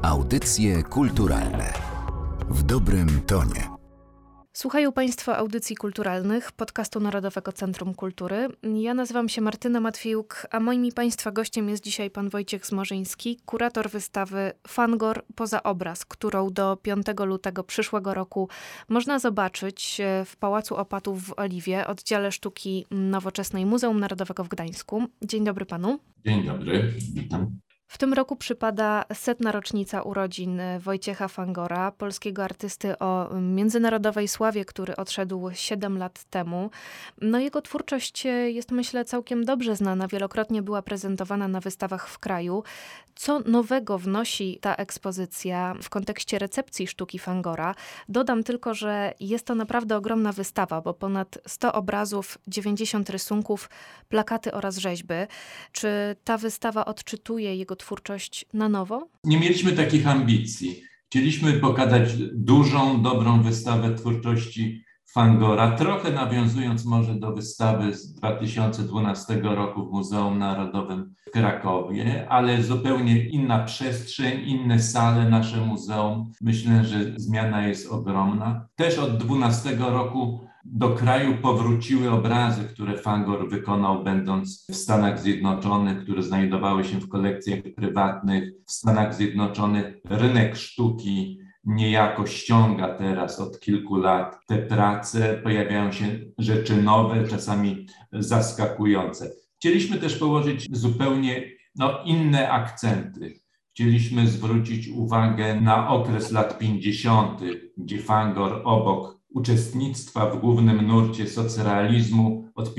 Audycje kulturalne w dobrym tonie. Słuchają Państwo audycji kulturalnych podcastu Narodowego Centrum Kultury. Ja nazywam się Martyna Matwiejuk, a moim i Państwa gościem jest dzisiaj pan Wojciech Zmorzyński, kurator wystawy Fangor poza obraz, którą do 5 lutego przyszłego roku można zobaczyć w Pałacu Opatów w Oliwie, oddziale sztuki nowoczesnej Muzeum Narodowego w Gdańsku. Dzień dobry panu. Dzień dobry, witam. W tym roku przypada 100. rocznica urodzin Wojciecha Fangora, polskiego artysty o międzynarodowej sławie, który odszedł 7 lat temu. Jego twórczość jest, myślę, całkiem dobrze znana, wielokrotnie była prezentowana na wystawach w kraju. Co nowego wnosi ta ekspozycja w kontekście recepcji sztuki Fangora? Dodam tylko, że jest to naprawdę ogromna wystawa, bo ponad 100 obrazów, 90 rysunków, plakaty oraz rzeźby. Czy ta wystawa odczytuje jego twórczość na nowo? Nie mieliśmy takich ambicji. Chcieliśmy pokazać dużą, dobrą wystawę twórczości Fangora, trochę nawiązując może do wystawy z 2012 roku w Muzeum Narodowym w Krakowie, ale zupełnie inna przestrzeń, inne sale, nasze muzeum. Myślę, że zmiana jest ogromna. Też od 2012 roku do kraju powróciły obrazy, które Fangor wykonał, będąc w Stanach Zjednoczonych, które znajdowały się w kolekcjach prywatnych w Stanach Zjednoczonych. Rynek sztuki niejako ściąga teraz od kilku lat te prace. Pojawiają się rzeczy nowe, czasami zaskakujące. Chcieliśmy też położyć zupełnie inne akcenty. Chcieliśmy zwrócić uwagę na okres lat 50., gdzie Fangor obok uczestnictwa w głównym nurcie socrealizmu od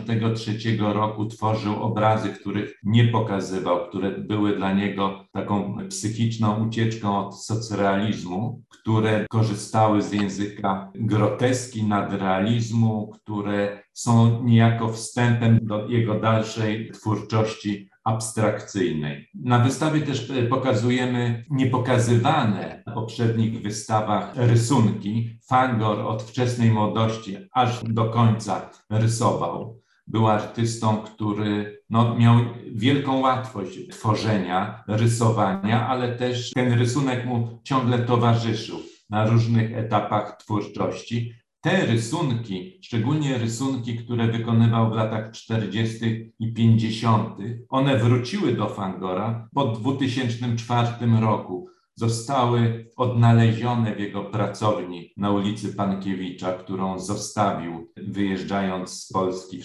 1953 roku tworzył obrazy, których nie pokazywał, które były dla niego taką psychiczną ucieczką od socrealizmu, które korzystały z języka groteski, nadrealizmu, które są niejako wstępem do jego dalszej twórczości abstrakcyjnej. Na wystawie też pokazujemy niepokazywane na poprzednich wystawach rysunki. Fangor od wczesnej młodości aż do końca rysował. Był artystą, który miał wielką łatwość tworzenia, rysowania, ale też ten rysunek mu ciągle towarzyszył na różnych etapach twórczości. Te rysunki, szczególnie rysunki, które wykonywał w latach 40. i 50., one wróciły do Fangora po 2004 roku. Zostały odnalezione w jego pracowni na ulicy Pankiewicza, którą zostawił, wyjeżdżając z Polski w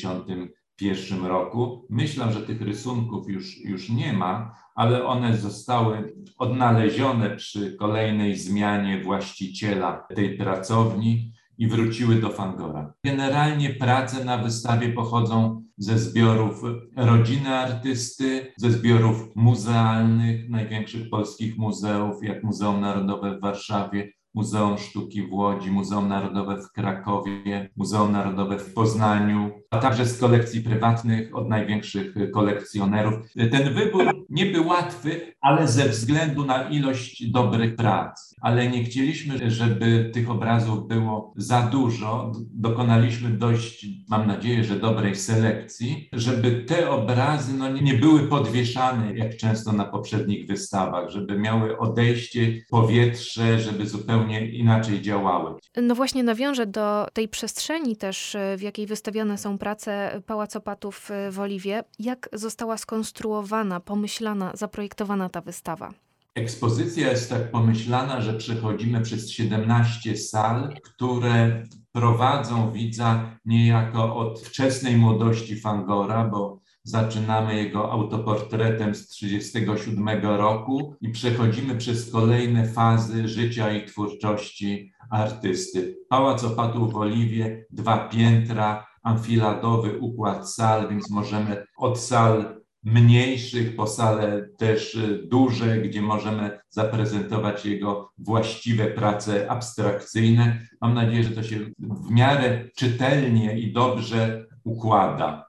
1961 roku. Myślę, że tych rysunków już nie ma, ale one zostały odnalezione przy kolejnej zmianie właściciela tej pracowni i wróciły do Fangora. Generalnie prace na wystawie pochodzą ze zbiorów rodziny artysty, ze zbiorów muzealnych, największych polskich muzeów, jak Muzeum Narodowe w Warszawie, Muzeum Sztuki w Łodzi, Muzeum Narodowe w Krakowie, Muzeum Narodowe w Poznaniu, a także z kolekcji prywatnych od największych kolekcjonerów. Ten wybór nie był łatwy, ale ze względu na ilość dobrych prac. Ale nie chcieliśmy, żeby tych obrazów było za dużo. Dokonaliśmy dość, mam nadzieję, że dobrej selekcji, żeby te obrazy nie były podwieszane jak często na poprzednich wystawach, żeby miały odejście, powietrze, żeby zupełnie inaczej działały. Właśnie nawiążę do tej przestrzeni też, w jakiej wystawiane są prace Pałac Opatów w Oliwie. Jak została skonstruowana, pomyślana, zaprojektowana ta wystawa? Ekspozycja jest tak pomyślana, że przechodzimy przez 17 sal, które prowadzą widza niejako od wczesnej młodości Fangora, bo zaczynamy jego autoportretem z 1937 roku i przechodzimy przez kolejne fazy życia i twórczości artysty. Pałac Opatów w Oliwie, 2 piętra, amfiladowy układ sal, więc możemy od sal mniejszych po sale też duże, gdzie możemy zaprezentować jego właściwe prace abstrakcyjne. Mam nadzieję, że to się w miarę czytelnie i dobrze układa.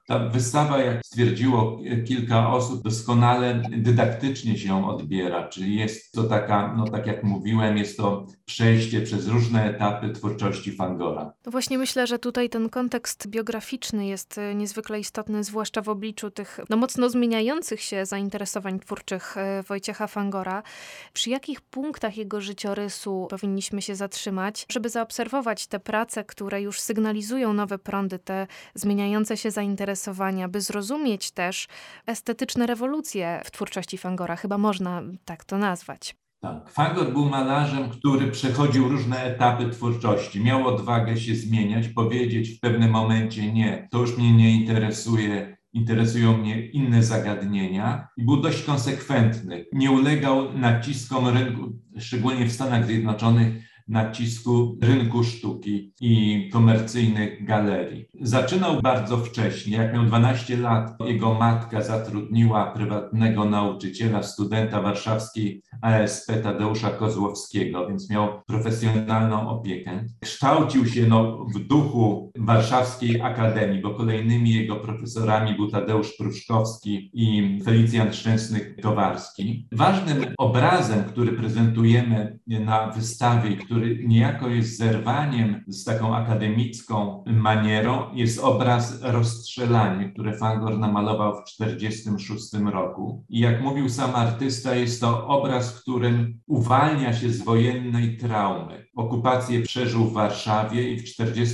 Ta wystawa, jak stwierdziło kilka osób, doskonale dydaktycznie się odbiera, czyli jest to taka, no tak jak mówiłem, jest to przejście przez różne etapy twórczości Fangora. No właśnie myślę, że tutaj ten kontekst biograficzny jest niezwykle istotny, zwłaszcza w obliczu tych mocno zmieniających się zainteresowań twórczych Wojciecha Fangora. Przy jakich punktach jego życiorysu powinniśmy się zatrzymać, żeby zaobserwować te prace, które już sygnalizują nowe prądy, te zmieniające się zainteresowania, by zrozumieć też estetyczne rewolucje w twórczości Fangora. Chyba można tak to nazwać. Tak. Fangor był malarzem, który przechodził różne etapy twórczości. Miał odwagę się zmieniać, powiedzieć w pewnym momencie nie, to już mnie nie interesuje, interesują mnie inne zagadnienia i był dość konsekwentny. Nie ulegał naciskom rynku, szczególnie w Stanach Zjednoczonych, nacisku rynku sztuki i komercyjnych galerii. Zaczynał bardzo wcześnie. Jak miał 12 lat, jego matka zatrudniła prywatnego nauczyciela, studenta warszawskiej ASP Tadeusza Kozłowskiego, więc miał profesjonalną opiekę. Kształcił się w duchu Warszawskiej Akademii, bo kolejnymi jego profesorami był Tadeusz Pruszkowski i Felicjan Szczęsny-Kowarski. Ważnym obrazem, który prezentujemy na wystawie, który niejako jest zerwaniem z taką akademicką manierą, jest obraz Rozstrzelanie, które Fangor namalował w 1946 roku. I jak mówił sam artysta, jest to obraz, w którym uwalnia się z wojennej traumy. Okupację przeżył w Warszawie i w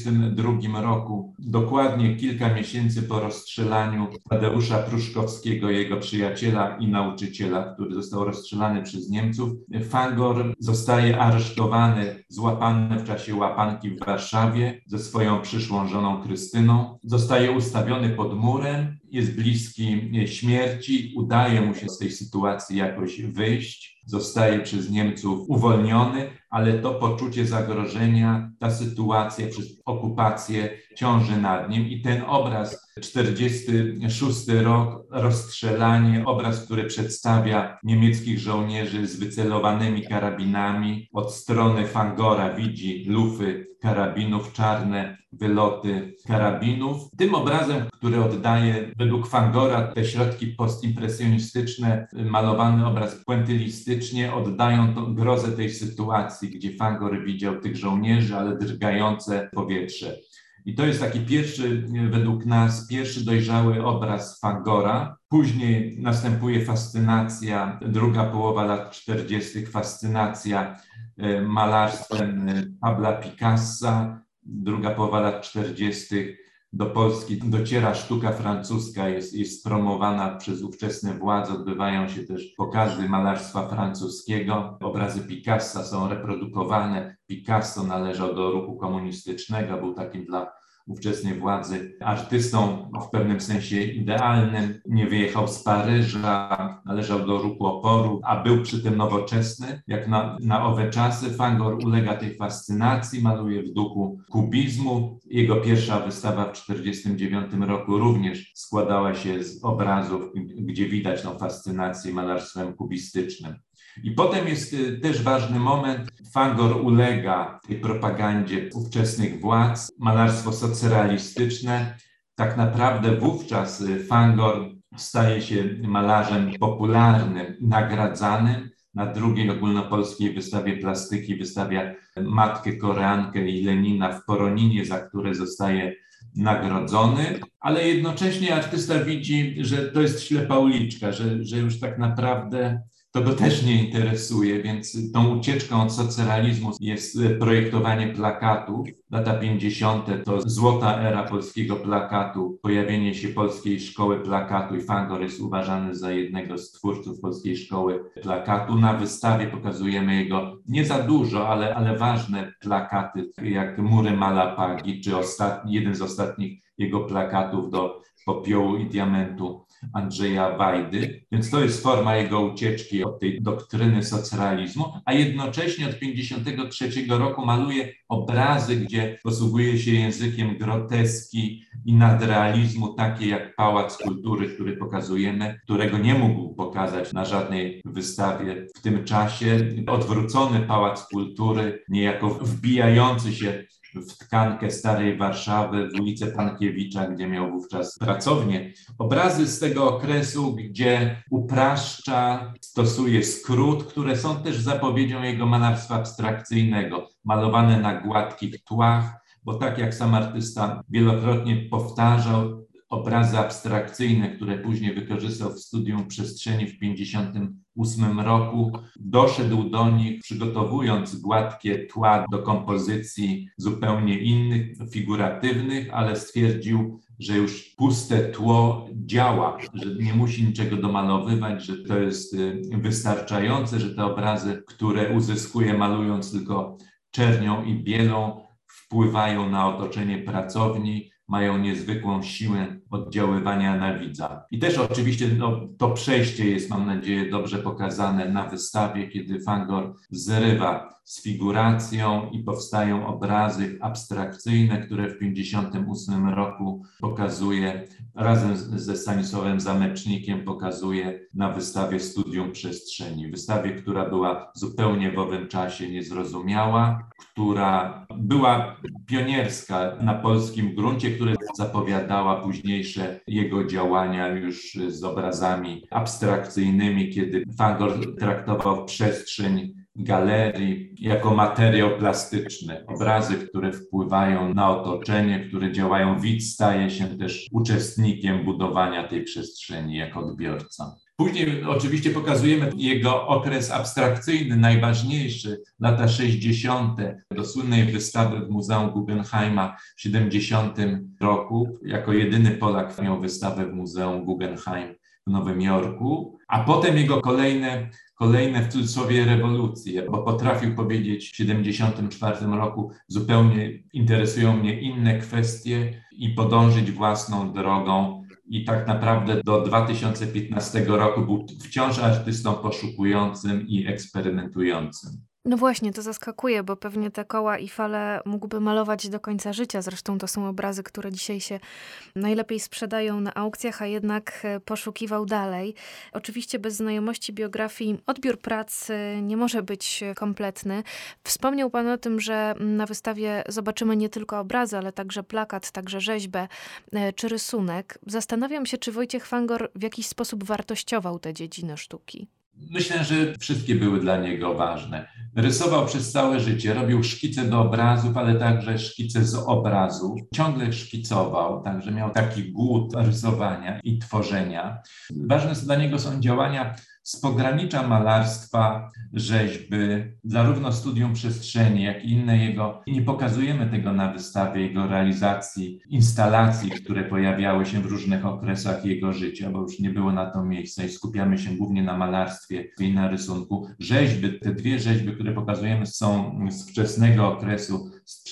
1942 roku, dokładnie kilka miesięcy po rozstrzelaniu Tadeusza Pruszkowskiego, jego przyjaciela i nauczyciela, który został rozstrzelany przez Niemców, Fangor zostaje aresztowany, złapany w czasie łapanki w Warszawie ze swoją przyszłą żoną Krystyną. Zostaje ustawiony pod murem, jest bliski śmierci, udaje mu się z tej sytuacji jakoś wyjść. Zostaje przez Niemców uwolniony, ale to poczucie zagrożenia, ta sytuacja przez okupację ciąży nad nim i ten obraz, 1946 rok, Rozstrzelanie, obraz, który przedstawia niemieckich żołnierzy z wycelowanymi karabinami. Od strony Fangora widzi lufy karabinów, czarne wyloty karabinów. Tym obrazem, który oddaje według Fangora te środki postimpresjonistyczne, malowany obraz puentylistycznie, oddają tą grozę tej sytuacji, gdzie Fangor widział tych żołnierzy, ale drgające powietrze. I to jest taki pierwszy, według nas, pierwszy dojrzały obraz Fangora. Później następuje fascynacja, druga połowa lat 40., fascynacja malarstwem Pabla Picassa, druga połowa lat 40. Do Polski dociera sztuka francuska, jest promowana przez ówczesne władze, odbywają się też pokazy malarstwa francuskiego. Obrazy Picassa są reprodukowane. Picasso należał do ruchu komunistycznego, był takim dla ówczesnej władzy artystą w pewnym sensie idealnym. Nie wyjechał z Paryża, należał do ruchu oporu, a był przy tym nowoczesny. Jak na owe czasy Fangor ulega tej fascynacji, maluje w duchu kubizmu. Jego pierwsza wystawa w 1949 roku również składała się z obrazów, gdzie widać tą fascynację malarstwem kubistycznym. I potem jest też ważny moment, Fangor ulega tej propagandzie ówczesnych władz, malarstwo socrealistyczne. Tak naprawdę wówczas Fangor staje się malarzem popularnym, nagradzanym. Na drugiej ogólnopolskiej wystawie plastyki wystawia Matkę Koreankę i Lenina w Poroninie, za które zostaje nagrodzony, ale jednocześnie artysta widzi, że to jest ślepa uliczka, że już tak naprawdę to go też nie interesuje, więc tą ucieczką od socrealizmu jest projektowanie plakatów. Lata 50. to złota era polskiego plakatu, pojawienie się Polskiej Szkoły Plakatu i Fangor jest uważany za jednego z twórców Polskiej Szkoły Plakatu. Na wystawie pokazujemy jego nie za dużo, ale ważne plakaty, jak Mury Malapagi, czy jeden z ostatnich jego plakatów do Popiołu i Diamentu Andrzeja Wajdy, więc to jest forma jego ucieczki od tej doktryny socrealizmu, a jednocześnie od 1953 roku maluje obrazy, gdzie posługuje się językiem groteski i nadrealizmu, takie jak Pałac Kultury, który pokazujemy, którego nie mógł pokazać na żadnej wystawie w tym czasie. Odwrócony Pałac Kultury, niejako wbijający się w tkankę Starej Warszawy, w ulicę Pankiewicza, gdzie miał wówczas pracownię. Obrazy z tego okresu, gdzie upraszcza, stosuje skrót, które są też zapowiedzią jego malarstwa abstrakcyjnego, malowane na gładkich tłach, bo tak jak sam artysta wielokrotnie powtarzał, obrazy abstrakcyjne, które później wykorzystał w studium przestrzeni w 1958 roku, doszedł do nich przygotowując gładkie tła do kompozycji zupełnie innych, figuratywnych, ale stwierdził, że już puste tło działa, że nie musi niczego domalowywać, że to jest wystarczające, że te obrazy, które uzyskuje malując tylko czernią i bielą, wpływają na otoczenie pracowni, mają niezwykłą siłę oddziaływania na widza. I też oczywiście to przejście jest, mam nadzieję, dobrze pokazane na wystawie, kiedy Fangor zrywa z figuracją i powstają obrazy abstrakcyjne, które w 1958 roku pokazuje, razem ze Stanisławem Zamecznikiem pokazuje na wystawie Studium Przestrzeni. Wystawie, która była zupełnie w owym czasie niezrozumiała, która była pionierska na polskim gruncie, która zapowiadała późniejsze jego działania już z obrazami abstrakcyjnymi, kiedy Fangor traktował przestrzeń galerii jako materiał plastyczny. Obrazy, które wpływają na otoczenie, które działają. Widz staje się też uczestnikiem budowania tej przestrzeni jako odbiorca. Później oczywiście pokazujemy jego okres abstrakcyjny, najważniejszy, lata 60. do słynnej wystawy w Muzeum Guggenheima w 70 roku. Jako jedyny Polak miał wystawę w Muzeum Guggenheim w Nowym Jorku, a potem jego kolejne w cudzysłowie rewolucje, bo potrafił powiedzieć w 74 roku zupełnie interesują mnie inne kwestie i podążyć własną drogą. I tak naprawdę do 2015 roku był wciąż artystą poszukującym i eksperymentującym. No właśnie, to zaskakuje, bo pewnie te koła i fale mógłby malować do końca życia. Zresztą to są obrazy, które dzisiaj się najlepiej sprzedają na aukcjach, a jednak poszukiwał dalej. Oczywiście bez znajomości biografii odbiór prac nie może być kompletny. Wspomniał pan o tym, że na wystawie zobaczymy nie tylko obrazy, ale także plakat, także rzeźbę czy rysunek. Zastanawiam się, czy Wojciech Fangor w jakiś sposób wartościował tę dziedzinę sztuki. Myślę, że wszystkie były dla niego ważne. Rysował przez całe życie, robił szkice do obrazów, ale także szkice z obrazów. Ciągle szkicował, także miał taki głód rysowania i tworzenia. Ważne dla niego są działania z pogranicza malarstwa, rzeźby, zarówno Studium Przestrzeni, jak i inne jego. Nie pokazujemy tego na wystawie, jego realizacji, instalacji, które pojawiały się w różnych okresach jego życia, bo już nie było na to miejsca i skupiamy się głównie na malarstwie i na rysunku. Rzeźby, te dwie rzeźby, które pokazujemy, są z wczesnego okresu, z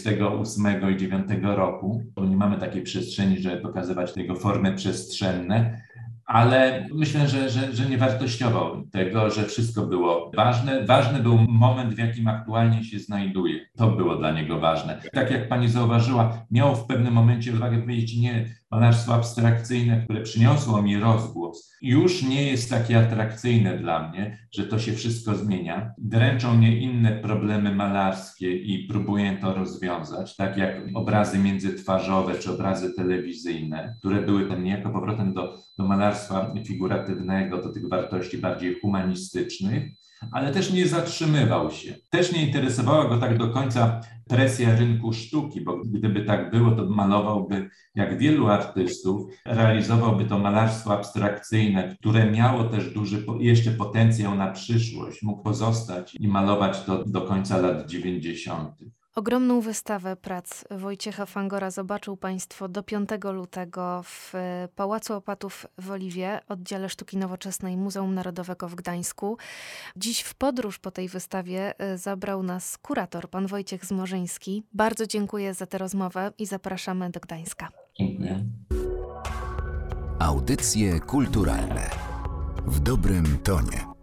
48 i 9 roku, bo nie mamy takiej przestrzeni, żeby pokazywać tego formy przestrzenne. Ale myślę, że nie wartościował tego, że wszystko było ważne. Ważny był moment, w jakim aktualnie się znajduje. To było dla niego ważne. Tak jak pani zauważyła, miał w pewnym momencie odwagę powiedzieć nie, malarstwo abstrakcyjne, które przyniosło mi rozgłos, już nie jest takie atrakcyjne dla mnie, że to się wszystko zmienia. Dręczą mnie inne problemy malarskie i próbuję to rozwiązać, tak jak obrazy międzytwarzowe czy obrazy telewizyjne, które były niejako powrotem do malarstwa figuratywnego, do tych wartości bardziej humanistycznych, ale też nie zatrzymywał się. Też nie interesowała go tak do końca presja rynku sztuki, bo gdyby tak było, to malowałby jak wielu artystów, realizowałby to malarstwo abstrakcyjne, które miało też duży jeszcze potencjał na przyszłość, mógł pozostać i malować to do końca lat 90. Ogromną wystawę prac Wojciecha Fangora zobaczył Państwo do 5 lutego w Pałacu Opatów w Oliwie, oddziale sztuki nowoczesnej Muzeum Narodowego w Gdańsku. Dziś w podróż po tej wystawie zabrał nas kurator, pan Wojciech Zmorzyński. Bardzo dziękuję za tę rozmowę i zapraszamy do Gdańska. Dziękuję. Audycje kulturalne w dobrym tonie.